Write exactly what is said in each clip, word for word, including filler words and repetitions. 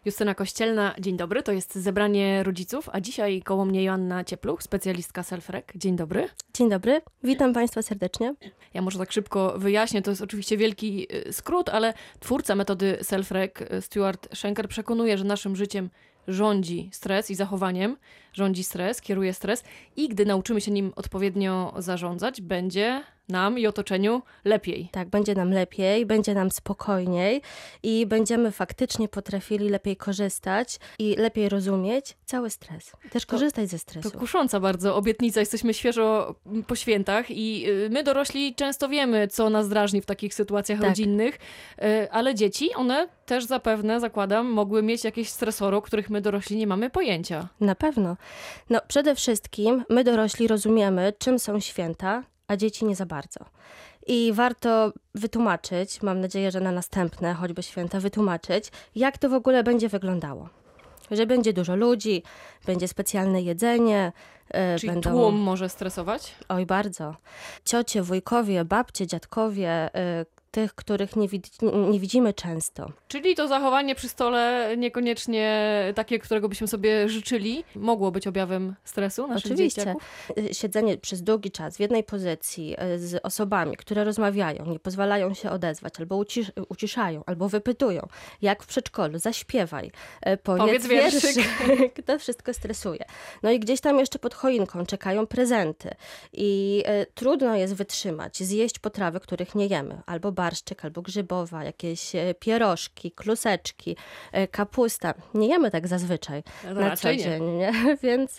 Justyna Kościelna, dzień dobry, to jest zebranie rodziców, a dzisiaj koło mnie Joanna Ciepluch, specjalistka Selfrec. Dzień dobry. Dzień dobry, witam Państwa serdecznie. Ja może tak szybko wyjaśnię, to jest oczywiście wielki skrót, ale twórca metody Selfrec, Stuart Shanker, przekonuje, że naszym życiem rządzi stres i zachowaniem rządzi stres, kieruje stres i gdy nauczymy się nim odpowiednio zarządzać, będzie nam i otoczeniu lepiej. Tak, będzie nam lepiej, będzie nam spokojniej i będziemy faktycznie potrafili lepiej korzystać i lepiej rozumieć cały stres. Też korzystać ze stresu. To kusząca bardzo obietnica. Jesteśmy świeżo po świętach i my dorośli często wiemy, co nas drażni w takich sytuacjach tak. rodzinnych, ale dzieci, one też zapewne, zakładam, mogły mieć jakieś stresory, o których my dorośli nie mamy pojęcia. Na pewno. No przede wszystkim my dorośli rozumiemy, czym są święta, a dzieci nie za bardzo. I warto wytłumaczyć, mam nadzieję, że na następne, choćby święta, wytłumaczyć, jak to w ogóle będzie wyglądało. Że będzie dużo ludzi, będzie specjalne jedzenie. Czyli będą... tłum może stresować? Oj, bardzo. Ciocie, wujkowie, babcie, dziadkowie, tych, których nie, wid- nie widzimy często. Czyli to zachowanie przy stole niekoniecznie takie, którego byśmy sobie życzyli, mogło być objawem stresu naszych Oczywiście. dzieciaków? Siedzenie przez długi czas w jednej pozycji z osobami, które rozmawiają, nie pozwalają się odezwać, albo ucisz- uciszają, albo wypytują, jak w przedszkolu, zaśpiewaj, powiedz wierszyk. To wszystko stresuje. No i gdzieś tam jeszcze pod choinką czekają prezenty i y, trudno jest wytrzymać, zjeść potrawy, których nie jemy, albo barszczyk, albo grzybowa, jakieś pierożki, kluseczki, kapusta. Nie jemy tak zazwyczaj no na co dzień, nie? Więc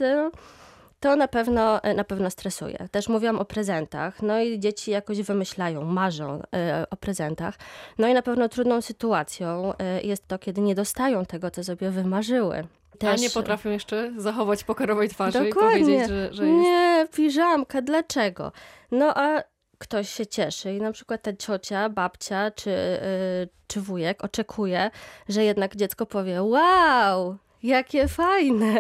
to na pewno, na pewno stresuje. Też mówiłam o prezentach, no i dzieci jakoś wymyślają, marzą o prezentach. No i na pewno trudną sytuacją jest to, kiedy nie dostają tego, co sobie wymarzyły. Też... A nie potrafią jeszcze zachować pokerowej twarzy Dokładnie. i powiedzieć, że, że jest... Nie, piżamka, dlaczego? No a ktoś się cieszy i na przykład ta ciocia, babcia czy, yy, czy wujek oczekuje, że jednak dziecko powie: wow, jakie fajne.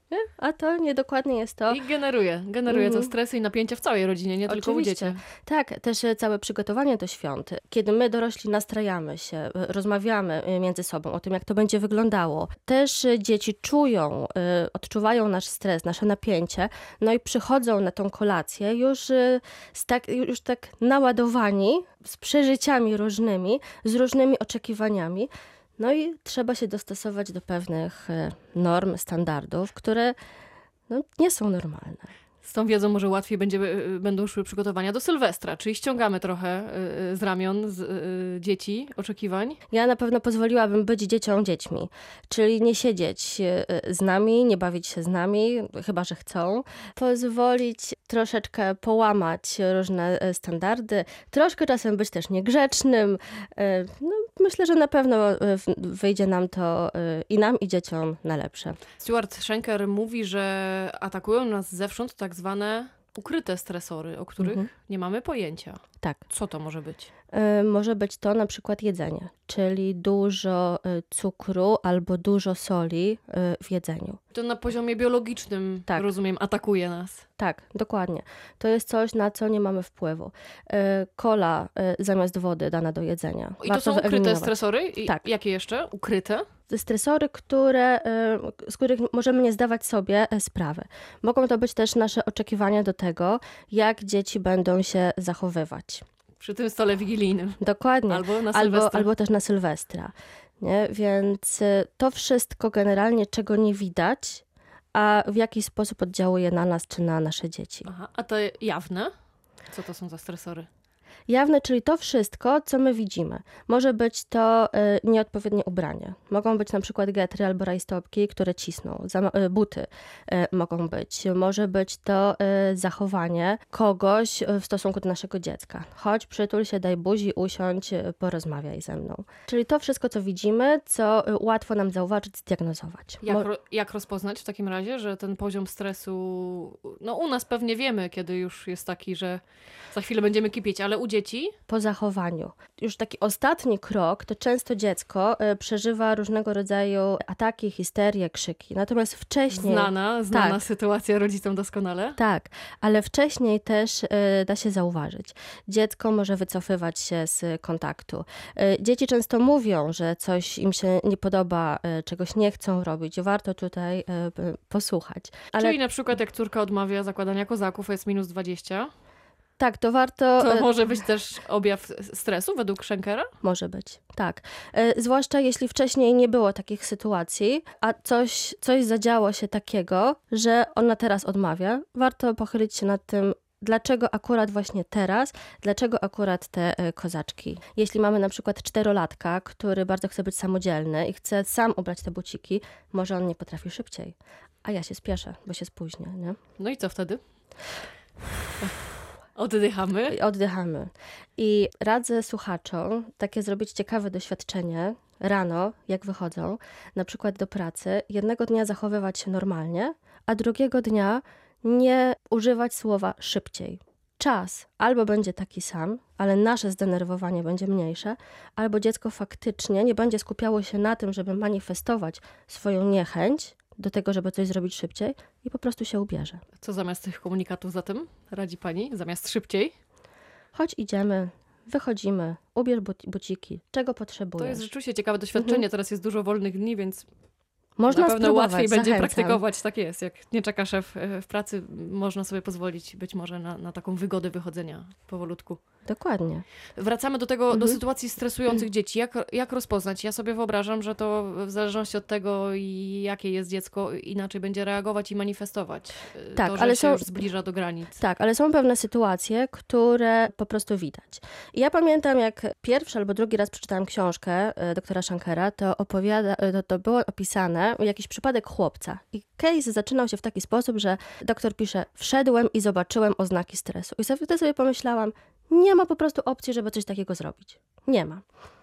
A to niedokładnie jest to. I generuje, generuje mm. to stresy i napięcia w całej rodzinie, nie tylko Oczywiście. u dzieci. Tak, też całe przygotowanie do świąt. Kiedy my dorośli nastrajamy się, rozmawiamy między sobą o tym, jak to będzie wyglądało. Też dzieci czują, odczuwają nasz stres, nasze napięcie, no i przychodzą na tą kolację już, z tak, już tak naładowani, z przeżyciami różnymi, z różnymi oczekiwaniami. No i trzeba się dostosować do pewnych norm, standardów, które no, nie są normalne. Z tą wiedzą może łatwiej będzie, będą szły przygotowania do Sylwestra, czyli ściągamy trochę z ramion z dzieci oczekiwań. Ja na pewno pozwoliłabym być dzieciom dziećmi, czyli nie siedzieć z nami, nie bawić się z nami, chyba że chcą. Pozwolić troszeczkę połamać różne standardy, troszkę czasem być też niegrzecznym. No, myślę, że na pewno wyjdzie nam to i nam, i dzieciom na lepsze. Stuart Shanker mówi, że atakują nas zewsząd tak zwane ukryte stresory, o których mhm. nie mamy pojęcia. Tak. Co to może być? Y, może być to na przykład jedzenie, czyli dużo y, cukru albo dużo soli y, w jedzeniu. To na poziomie biologicznym, tak. rozumiem, atakuje nas. Tak, dokładnie. To jest coś, na co nie mamy wpływu. Y, kola y, zamiast wody dana do jedzenia. I to są ukryte stresory? I tak. Jakie jeszcze? Ukryte? Stresory, które, z których możemy nie zdawać sobie sprawy. Mogą to być też nasze oczekiwania do tego, jak dzieci będą się zachowywać. Przy tym stole wigilijnym. Dokładnie. Albo na Sylwestra. Albo, albo też na Sylwestra. Nie? Więc to wszystko generalnie, czego nie widać, a w jaki sposób oddziałuje na nas czy na nasze dzieci. Aha. A to jawne? Co to są za stresory? Jawne, czyli to wszystko, co my widzimy. Może być to y, nieodpowiednie ubranie. Mogą być na przykład getry albo rajstopki, które cisną. Zam- y, buty y, mogą być. Może być to y, zachowanie kogoś w stosunku do naszego dziecka. Chodź, przytul się, daj buzi, usiądź, y, porozmawiaj ze mną. Czyli to wszystko, co widzimy, co y, łatwo nam zauważyć, zdiagnozować. Jak, ro- jak rozpoznać w takim razie, że ten poziom stresu, no u nas pewnie wiemy, kiedy już jest taki, że za chwilę będziemy kipieć, ale u u dzieci? Po zachowaniu. Już taki ostatni krok, to często dziecko y, przeżywa różnego rodzaju ataki, histerię, krzyki. Natomiast wcześniej... Znana, znana tak, sytuacja rodzicom doskonale. Tak, ale wcześniej też y, da się zauważyć. Dziecko może wycofywać się z kontaktu. Y, dzieci często mówią, że coś im się nie podoba, y, czegoś nie chcą robić. Warto tutaj y, posłuchać. Ale... Czyli na przykład jak córka odmawia zakładania kozaków, a jest minus dwadzieścia, Tak, to warto... to może być też objaw stresu według Schenkera? Może być, tak. E, zwłaszcza jeśli wcześniej nie było takich sytuacji, a coś, coś zadziało się takiego, że ona teraz odmawia. Warto pochylić się nad tym, dlaczego akurat właśnie teraz, dlaczego akurat te e, kozaczki. Jeśli mamy na przykład czterolatka, który bardzo chce być samodzielny i chce sam ubrać te buciki, może on nie potrafi szybciej, a ja się spieszę, bo się spóźnię, nie? No i co wtedy? Oddychamy. I oddychamy. I radzę słuchaczom takie zrobić ciekawe doświadczenie rano, jak wychodzą, na przykład do pracy, jednego dnia zachowywać się normalnie, a drugiego dnia nie używać słowa szybciej. Czas albo będzie taki sam, ale nasze zdenerwowanie będzie mniejsze, albo dziecko faktycznie nie będzie skupiało się na tym, żeby manifestować swoją niechęć do tego, żeby coś zrobić szybciej i po prostu się ubierze. Co zamiast tych komunikatów zatem radzi pani? Zamiast szybciej? Chodź, idziemy, wychodzimy, ubierz buciki, czego potrzebujesz. To jest rzeczywiście ciekawe doświadczenie. Mhm. Teraz jest dużo wolnych dni, więc można na pewno spróbować, łatwiej będzie zachęcam. praktykować. Tak jest. Jak nie czeka szef w pracy, można sobie pozwolić być może na, na taką wygodę wychodzenia powolutku. Dokładnie. Wracamy do tego, mhm. do sytuacji stresujących mhm. dzieci. Jak, jak rozpoznać? Ja sobie wyobrażam, że to w zależności od tego, jakie jest dziecko, inaczej będzie reagować i manifestować. Tak, to, że ale się są, już zbliża do granic. Tak, ale są pewne sytuacje, które po prostu widać. I ja pamiętam, jak pierwszy albo drugi raz przeczytałam książkę doktora Schenkera, to, opowiada, to, to było opisane jakiś przypadek chłopca. I case zaczynał się w taki sposób, że doktor pisze: wszedłem i zobaczyłem oznaki stresu. I wtedy sobie pomyślałam, nie ma po prostu opcji, żeby coś takiego zrobić. Nie ma.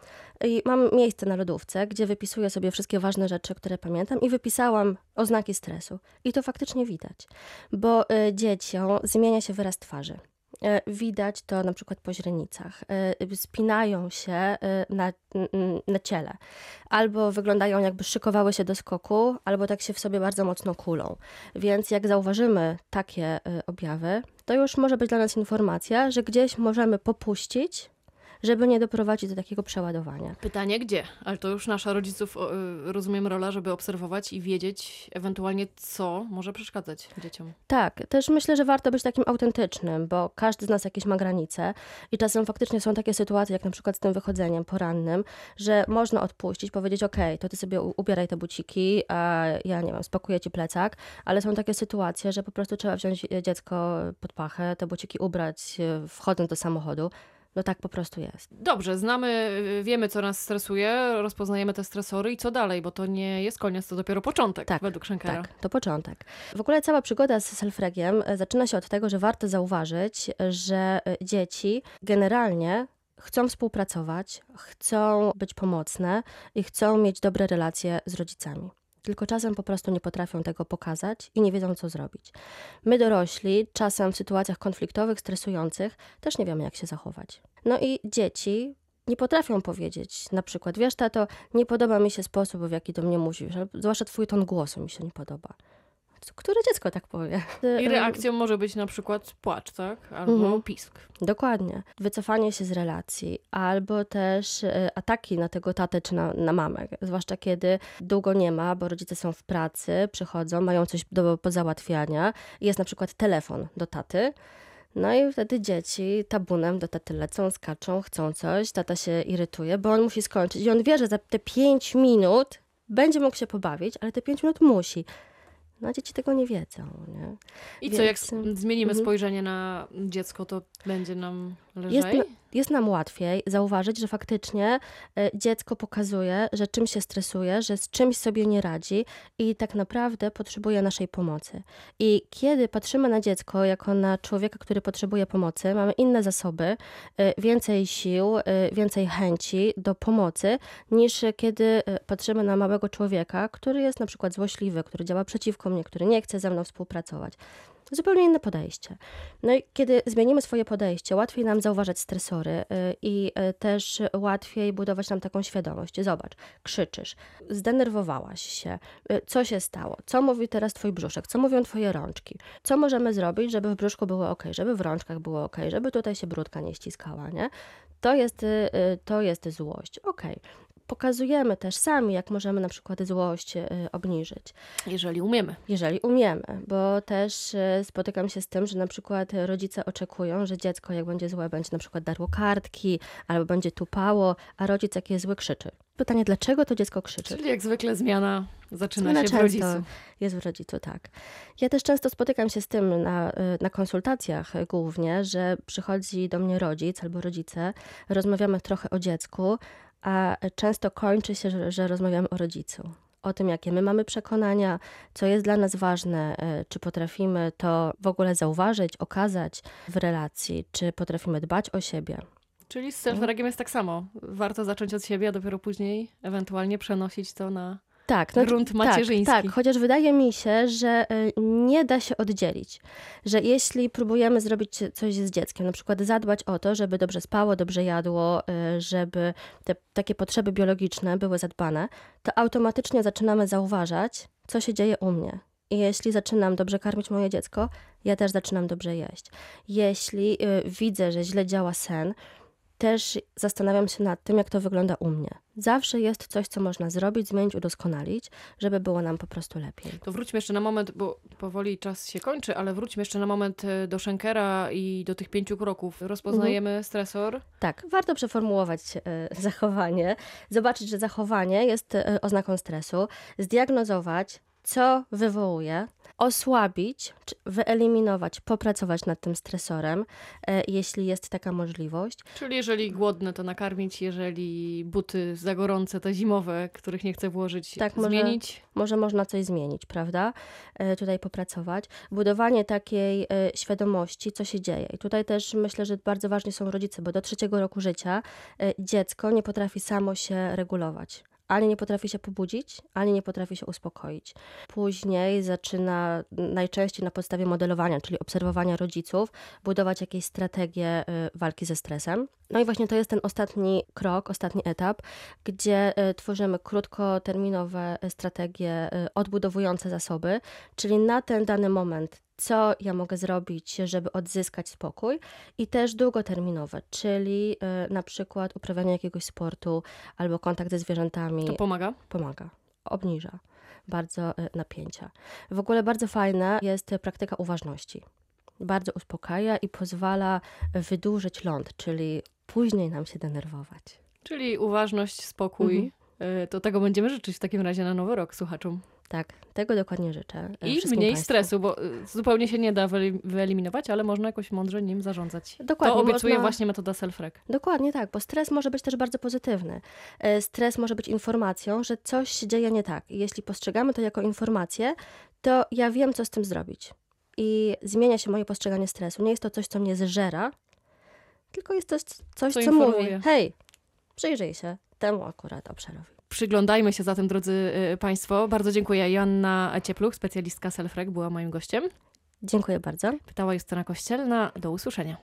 I mam miejsce na lodówce, gdzie wypisuję sobie wszystkie ważne rzeczy, które pamiętam i wypisałam oznaki stresu. I to faktycznie widać, bo y, dzieciom zmienia się wyraz twarzy. Y, widać to na przykład po źrenicach. Y, spinają się y, na, y, na ciele. Albo wyglądają jakby szykowały się do skoku, albo tak się w sobie bardzo mocno kulą. Więc jak zauważymy takie y, objawy, to już może być dla nas informacja, że gdzieś możemy popuścić, żeby nie doprowadzić do takiego przeładowania. Pytanie gdzie? Ale to już nasza rodziców, rozumiem, rola, żeby obserwować i wiedzieć ewentualnie, co może przeszkadzać dzieciom. Tak, też myślę, że warto być takim autentycznym, bo każdy z nas jakieś ma granice i czasem faktycznie są takie sytuacje, jak na przykład z tym wychodzeniem porannym, że można odpuścić, powiedzieć: okej, to ty sobie ubieraj te buciki, a ja nie wiem, spakuję ci plecak, ale są takie sytuacje, że po prostu trzeba wziąć dziecko pod pachę, te buciki ubrać, wchodząc do samochodu. No tak po prostu jest. Dobrze, znamy, wiemy, co nas stresuje, rozpoznajemy te stresory i co dalej, bo to nie jest koniec, to dopiero początek, tak, według Schenkera. Tak, to początek. W ogóle cała przygoda z self-regiem zaczyna się od tego, że warto zauważyć, że dzieci generalnie chcą współpracować, chcą być pomocne i chcą mieć dobre relacje z rodzicami. Tylko czasem po prostu nie potrafią tego pokazać i nie wiedzą, co zrobić. My dorośli czasem w sytuacjach konfliktowych, stresujących też nie wiemy, jak się zachować. No i dzieci nie potrafią powiedzieć na przykład: wiesz, tato, nie podoba mi się sposób, w jaki do mnie mówisz, zwłaszcza twój ton głosu mi się nie podoba. Które dziecko tak powie? I reakcją może być na przykład płacz, tak? Albo mhm. pisk. Dokładnie. Wycofanie się z relacji, albo też ataki na tego tatę czy na, na mamę. Zwłaszcza kiedy długo nie ma, bo rodzice są w pracy, przychodzą, mają coś do pozałatwiania. Jest na przykład telefon do taty. No i wtedy dzieci tabunem do taty lecą, skaczą, chcą coś. Tata się irytuje, bo on musi skończyć. I on wie, że za te pięć minut będzie mógł się pobawić, ale te pięć minut musi. No, dzieci tego nie wiedzą. Nie? I Więc... co, jak zmienimy mhm. spojrzenie na dziecko, to będzie nam lżej? Jest, na, jest nam łatwiej zauważyć, że faktycznie y, dziecko pokazuje, że czymś się stresuje, że z czymś sobie nie radzi i tak naprawdę potrzebuje naszej pomocy. I kiedy patrzymy na dziecko jako na człowieka, który potrzebuje pomocy, mamy inne zasoby, y, więcej sił, y, więcej chęci do pomocy, niż kiedy y, patrzymy na małego człowieka, który jest na przykład złośliwy, który działa przeciwko mnie, który nie chce ze mną współpracować. Zupełnie inne podejście. No i kiedy zmienimy swoje podejście, łatwiej nam zauważać stresory y, i y, też łatwiej budować nam taką świadomość. Zobacz, krzyczysz, zdenerwowałaś się, y, co się stało, co mówi teraz twój brzuszek, co mówią twoje rączki, co możemy zrobić, żeby w brzuszku było ok, żeby w rączkach było ok, żeby tutaj się brudka nie ściskała, nie? To jest, y, y, to jest złość. Okej. Pokazujemy też sami, jak możemy na przykład złość y, obniżyć. Jeżeli umiemy. Jeżeli umiemy, bo też y, spotykam się z tym, że na przykład rodzice oczekują, że dziecko jak będzie złe, będzie na przykład darło kartki albo będzie tupało, a rodzic jak jest zły krzyczy. Pytanie, dlaczego to dziecko krzyczy? Czyli jak zwykle zmiana zaczyna Zmiana się w często rodzicu. jest w rodzicu, tak. Ja też często spotykam się z tym na, y, na konsultacjach y, głównie, że przychodzi do mnie rodzic albo rodzice, rozmawiamy trochę o dziecku, a często kończy się, że, że rozmawiamy o rodzicu. O tym, jakie my mamy przekonania, co jest dla nas ważne, y, czy potrafimy to w ogóle zauważyć, okazać w relacji, czy potrafimy dbać o siebie. Czyli z self-regiem jest tak samo. Warto zacząć od siebie, a dopiero później ewentualnie przenosić to na Tak, no, grunt tak, macierzyński. tak, chociaż wydaje mi się, że y, nie da się oddzielić, że jeśli próbujemy zrobić coś z dzieckiem, na przykład zadbać o to, żeby dobrze spało, dobrze jadło, y, żeby te takie potrzeby biologiczne były zadbane, to automatycznie zaczynamy zauważać, co się dzieje u mnie. I jeśli zaczynam dobrze karmić moje dziecko, ja też zaczynam dobrze jeść. Jeśli y, widzę, że źle działa sen, też zastanawiam się nad tym, jak to wygląda u mnie. Zawsze jest coś, co można zrobić, zmienić, udoskonalić, żeby było nam po prostu lepiej. To wróćmy jeszcze na moment, bo powoli czas się kończy, ale wróćmy jeszcze na moment e, do Schenkera i do tych pięciu kroków. Rozpoznajemy Mhm. stresor. Tak, warto przeformułować y, zachowanie, zobaczyć, że zachowanie jest y, oznaką stresu, zdiagnozować, co wywołuje, osłabić, czy wyeliminować, popracować nad tym stresorem, y, jeśli jest taka możliwość. Czyli jeżeli głodne, to nakarmić, jeżeli buty za gorące, te zimowe, których nie chcę włożyć, Tak, może- zmienić. Może można coś zmienić, prawda? E, Tutaj popracować. Budowanie takiej e, świadomości, co się dzieje. I tutaj też myślę, że bardzo ważni są rodzice, bo do trzeciego roku życia e, dziecko nie potrafi samo się regulować. Ani nie potrafi się pobudzić, ani nie potrafi się uspokoić. Później zaczyna najczęściej na podstawie modelowania, czyli obserwowania rodziców, budować jakieś strategie y, walki ze stresem. No i właśnie to jest ten ostatni krok, ostatni etap, gdzie y, tworzymy krótkoterminowe y, strategie y, odbudowujące zasoby, czyli na ten dany moment, co ja mogę zrobić, żeby odzyskać spokój, i też długoterminowe, czyli y, na przykład uprawianie jakiegoś sportu albo kontakt ze zwierzętami. To pomaga. Pomaga, obniża bardzo y, napięcia. W ogóle bardzo fajna jest praktyka uważności. Bardzo uspokaja i pozwala wydłużyć ląd, czyli później nam się denerwować. Czyli uważność, spokój. Y, To tego będziemy życzyć w takim razie na nowy rok słuchaczom. Tak, tego dokładnie życzę. y, I wszystkim mniej państwu. stresu, bo y, zupełnie się nie da wyeli- wyeliminować, ale można jakoś mądrze nim zarządzać. Dokładnie, To obiecuje można- właśnie metoda self-reg. Dokładnie tak, bo stres może być też bardzo pozytywny. E, Stres może być informacją, że coś się dzieje nie tak. I jeśli postrzegamy to jako informację, to ja wiem, co z tym zrobić. I zmienia się moje postrzeganie stresu. Nie jest to coś, co mnie zżera, tylko jest to coś, Co co, mówi: informuje. hej, przyjrzyj się temu akurat obszarowi. Przyglądajmy się zatem, drodzy y, Państwo. Bardzo dziękuję. Joanna Ciepluch, specjalistka self-reg, była moim gościem. Dziękuję bardzo. Pytała Justyna Kościelna. Do usłyszenia.